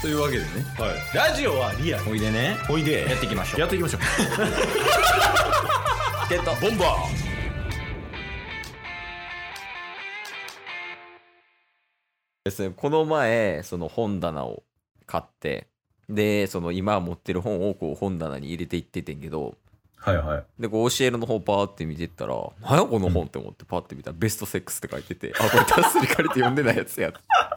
というわけでね、 はい、ラジオはリアル。 おいでね、 おいでやっていきましょう。 やっていきましょう。 ゲットボンバですね。この前その本棚を買って、でその今持ってる本をこう本棚に入れていっててんけど、 はいはい。 でこう教えるの方パーって見てったら、何やこの本って思ってパーって見たら、ベストセックスって書いてて、あ、これタスに借りて読んでないやつや。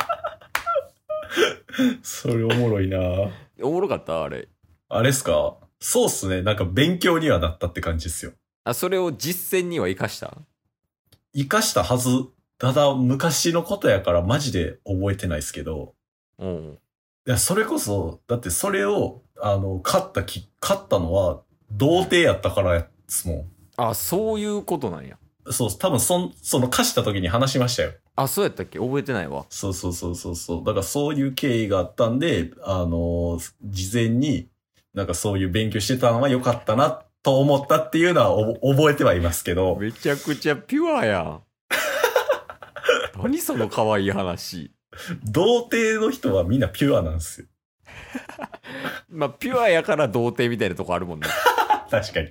それおもろいな。 おもろかったあれ。 あれっすか？そうっすね。なんか勉強にはなったって感じっすよ。 あ、それを実践には生かした？ 生かしたはず。ただ昔のことやからマジで覚えてないっすけど。 うん。 いや、それこそ、だってそれを、買ったのは、童貞やったからやっすもん。 あ、そういうことなんや。 そう、多分その貸した時に話しましたよ。 あ、そうやったっけ？覚えてないわ。 そう。だからそういう経緯があったんで、事前になんかそういう勉強してたのは良かったなと思ったっていうのは覚えてはいますけど。 めちゃくちゃピュアやん。何その可愛い話。 童貞の人はみんなピュアなんですよ。 まあ、ピュアやから童貞みたいなとこあるもんね。 確かに。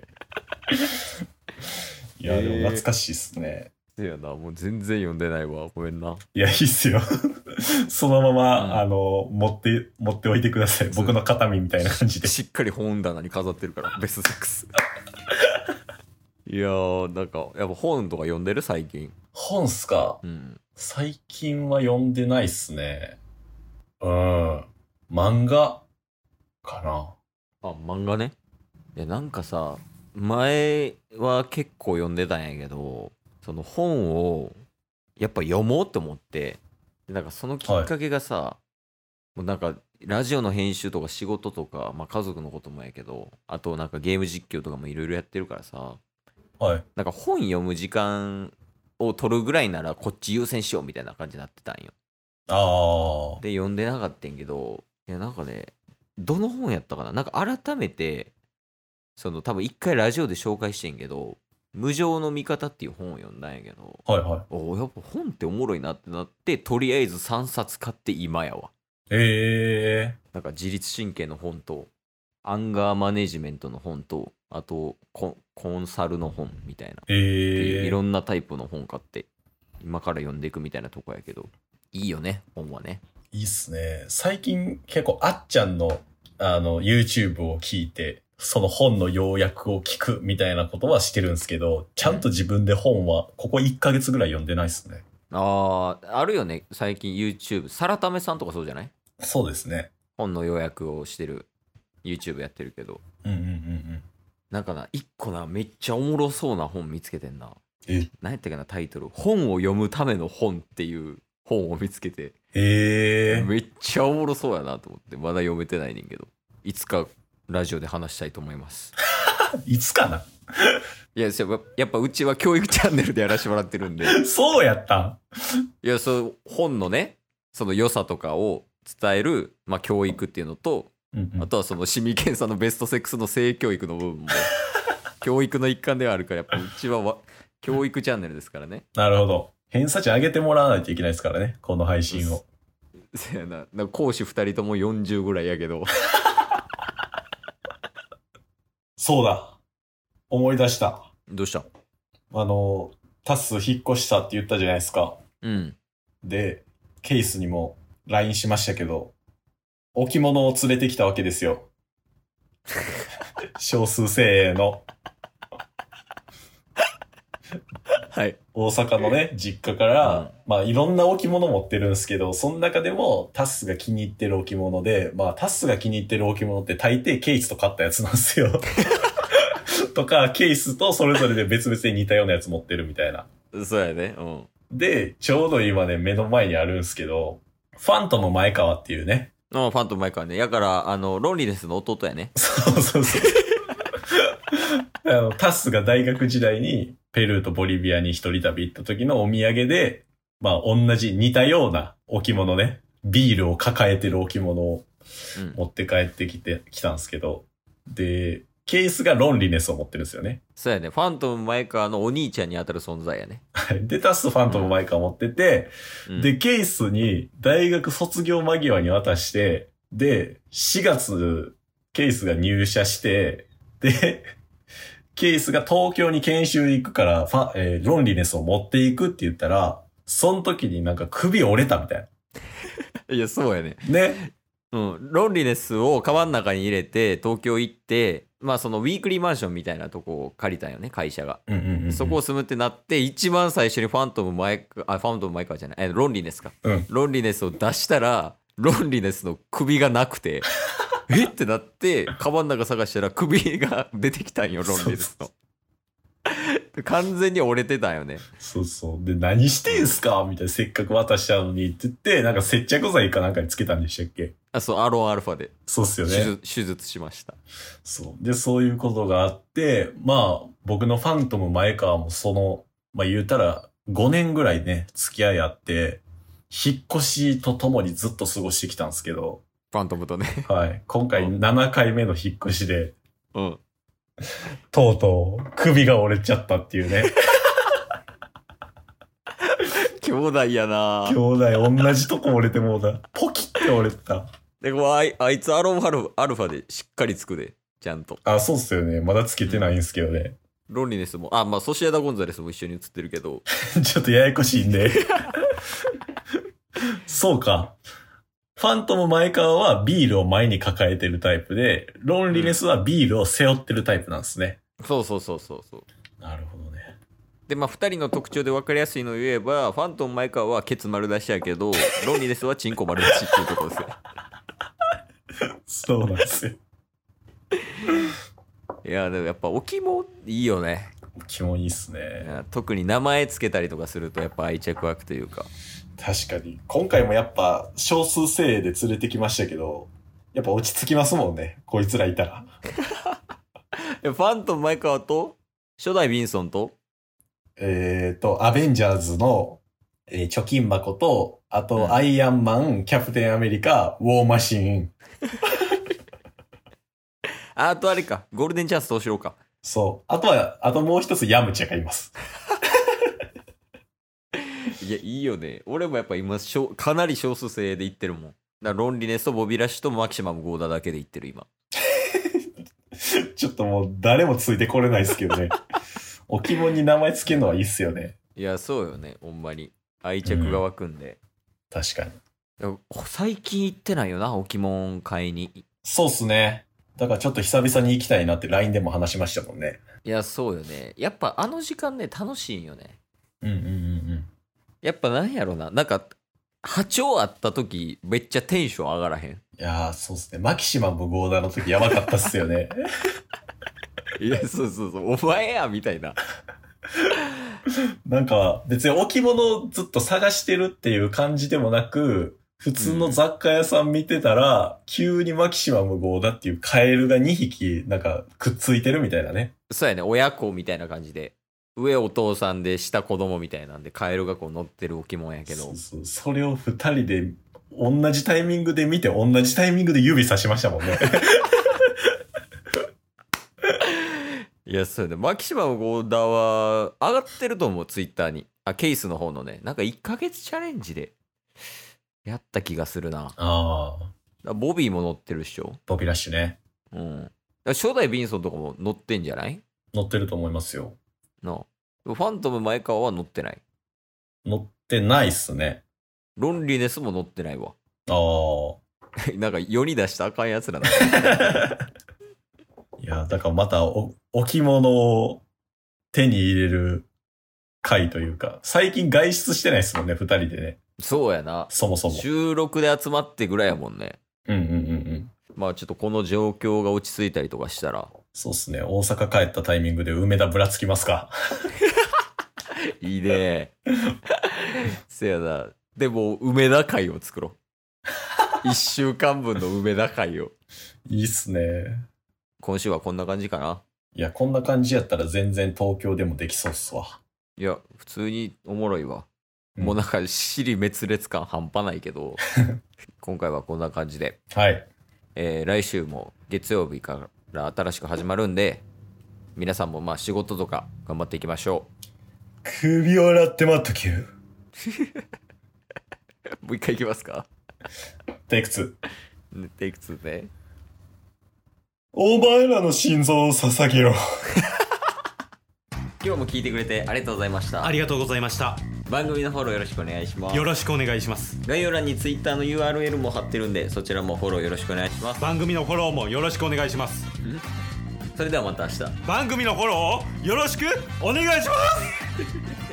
いや、でも懐かしいっすね。 いやな、もう全然読んでないわ。ごめんな。 いや、いいっすよ。そのまま、持っておいてください。僕の形見みたいな感じで。 しっかり本棚に飾ってるから、ベストセックス。いやー、なんか、やっぱ本とか読んでる最近。 本っすか？ うん。 最近は読んでないっすね。漫画かな。 あ、漫画ね。いや、なんかさ、前は結構読んでたんやけど、その本をやっぱ読もうって思って、でなんかそのきっかけがさ、もうなんかラジオの編集とか仕事とか、まあ家族のこともやけど、あとなんかゲーム実況とかもいろいろやってるからさ、 はい。 なんか本読む時間を取るぐらいならこっち優先しようみたいな感じになってたんよ。 ああ。 で、読んでなかったんけど、いやなんかね、どの本やったかな、なんか改めて、その多分一回ラジオで紹介してんけど、無常の味方っていう本を読んだんやけど、 はいはい。 やっぱ本っておもろいなってなって、とりあえず3冊買って今やわ。なんか自律神経の本と、アンガーマネジメントの本と、あとコンサルの本みたいな、っていういろんなタイプの本買って、今から読んでいくみたいなとこやけど、いいよね、本はね。 いいっすね。最近結構あっちゃんのYouTube を聞いて、その本の要約を聞くみたいなことはしてるんですけど、ちゃんと自分で本はここ1ヶ月ぐらい読んでないっすね。 あるよね、最近 YouTube。サラタメさんとかそうじゃない？ そうですね。 本の要約をしてる YouTube やってるけど。なんかな、一個な、めっちゃおもろそうな本見つけてんな。何やったっけな、タイトル。本を読むための本っていう本を見つけて。めっちゃおもろそうやなと思って、まだ読めてないねんけど。いつかラジオで話したいと思います。 いつかな？ いや、やっぱうちは教育チャンネルでやらせてもらってるんで。 そうやったん？ いや、本のね、その良さとかを伝える、まあ、教育っていうのと、あとはそのシミケンさんのベストセックスの性教育の部分も教育の一環ではあるから、やっぱうちは教育チャンネルですからね。 なるほど。偏差値上げてもらわないといけないですからね、この配信を。 せやな、なんか講師2人とも40ぐらいやけど。 そうだ。思い出した。 どうした？ タス引っ越したって言ったじゃないですか。 うん。 で、ケースにも LINE しましたけど、置物を連れてきたわけですよ。少数精鋭の。 はい。 大阪のね、実家から、まあいろんな置物持ってるんですけど、その中でもタスが気に入ってる置物で、まあタスが気に入ってる置物って大抵ケースと買ったやつなんですよ。とか、ケースとそれぞれで別々に似たようなやつ持ってるみたいな。 そうやね。うん。 で、ちょうど今ね、目の前にあるんですけど、ファントム前川っていうね。 ファントム前川ね。やから、ロンリネスの弟やね。 そう。タスが大学時代にペルーとボリビアに一人旅行った時のお土産で、まあ同じ似たような置物ね、ビールを抱えてる置物を持って帰ってきたんですけど、で、ケースがロンリネスを持ってるんですよね。 そうやね。ファントム前川のお兄ちゃんに当たる存在やね。 で、タスファントム前川持ってて、で、ケースに大学卒業間際に渡して、 で、4月、ケイスが入社して、で、ケイスが東京に研修行くからロンリネスを持っていくって言ったら、その時になんか首折れたみたいな。いや、そうやね。 ね。 うん。ロンリネスをカバンの中に入れて、東京行って、まあそのウィークリーマンションみたいなとこを借りたんよね、会社が。そこを住むってなって、一番最初にファントム前川じゃない、ロンリネスか。ロンリネスを出したら、ロンリネスの首がなくて、えってなって、カバンの中探したら首が出てきたんよ、ロンリネスの。完全に折れてたんよね。 そうそう。で、何してんすかみたいな、せっかく渡したのにって言って、なんか接着剤かなんかにつけたんでしたっけ？ あ、そう、アロンアルファで。 そうっすよね。 手術しました。 そう。で、そういうことがあって、まあ、僕のファントム前川もまあ言うたら5年ぐらいね、付き合いあって、引っ越しとともにずっと過ごしてきたんですけど。 ファントムとね。 はい。今回7回目の引っ越しで。 うん。 とうとう首が折れちゃったっていうね。 兄弟やな。 兄弟同じとこ折れてもうだ。ポキって折れた。 でもあいつアロンアルファでしっかりつくで、ちゃんと。 あ、そうっすよね。まだつけてないんですけどね。 ロンリネスも、まあソシエダ・ゴンザレスも一緒に写ってるけど。 ちょっとややこしいんで。そうか。ファントム前川はビールを前に抱えてるタイプで、ロンリネスはビールを背負ってるタイプなんですね。 そう。 なるほどね。 で、まあ2人の特徴で分かりやすいのを言えば、ファントム前川はケツ丸出しやけど、ロンリネスはチンコ丸出しっていうところですよ。 そうなんですよ。 いや、でもやっぱ置物いいよね。 置物いいっすね。 特に名前つけたりとかするとやっぱ愛着湧くというか。 確かに。今回もやっぱ少数精鋭で連れてきましたけど、やっぱ落ち着きますもんね。こいつらいたら。 ファントム前川と初代ビンソンとアベンジャーズの、貯金箱と、あと、アイアンマン、キャプテンアメリカ、ウォーマシーン。 あとあれか、ゴールデンチャンスどうしようか。 そう。あともう一つヤムチャがいます。 いや、いいよね。俺もやっぱ今、かなり少数制で言ってるもん。だからロンリネスとボビラッシュとマキシマムゴーダだけで言ってる今。 ちょっともう誰もついてこれないですけどね。置物に名前つけるのはいいっすよね。 いや、そうよね。ほんまに。愛着が湧くんで。 確かに。 最近行ってないよな、置物買いに。 そうっすね。だからちょっと久々に行きたいなって LINE でも話しましたもんね。 いや、そうよね。やっぱあの時間ね、楽しいんよね。 うん。 やっぱなんやろな。なんか、波長あった時、めっちゃテンション上がらへん。 いやー、そうっすね。マキシマムゴーダの時やばかったっすよね。 いや、そう。お前やみたいな。 なんか、別に置物をずっと探してるっていう感じでもなく、普通の雑貨屋さん見てたら、急にマキシマムゴーダっていうカエルが2匹、なんか、くっついてるみたいなね。 そうやね。親子みたいな感じで。上お父さんで下子供みたいなんで、カエルがこう乗ってる置物やけど。 そう。それを2人で、同じタイミングで見て、同じタイミングで指さしましたもんね。 いや、そうね。マキシマムゴーダは上がってると思う、ツイッターに。ケースの方のね。なんか1ヶ月チャレンジでやった気がするな。 ああ。ボビーも乗ってるっしょ。 ボビラッシュね。 うん。初代ビンソンとかも乗ってんじゃない？ 乗ってると思いますよ。 ファントム前川は乗ってない。 乗ってないっすね。 ロンリネスも乗ってないわ。 あなんか世に出したらあかんやつらな。 いや、だからまた置物を手に入れる回というか、最近外出してないっすもんね、2人でね。 そうやな。 そもそも。 収録で集まってぐらいやもんね。 うん。 まあちょっとこの状況が落ち着いたりとかしたら。 そうっすね。大阪帰ったタイミングで梅田ぶらつきますか。 いいね。せやな。でも、梅田会を作ろう。1週間分の梅田会を。 いいっすね。 今週はこんな感じかな。 いや、こんな感じやったら全然東京でもできそうっすわ。 いや、普通におもろいわ。もうなんか、尻滅裂感半端ないけど、今回はこんな感じで。 はい。 来週も月曜日から新しく始まるんで、皆さんもまあ仕事とか頑張っていきましょう。首を洗って待っときゅもう一回いきますか。 テイク2。 テイク2で。 お前らの心臓を捧げろ。 今日も聞いてくれてありがとうございました。 ありがとうございました。 番組のフォローよろしくお願いします。 よろしくお願いします。 概要欄に Twitter の URL も貼ってるんで、そちらもフォローよろしくお願いします。 番組のフォローもよろしくお願いします。 それではまた明日。 番組のフォローをよろしくお願いします。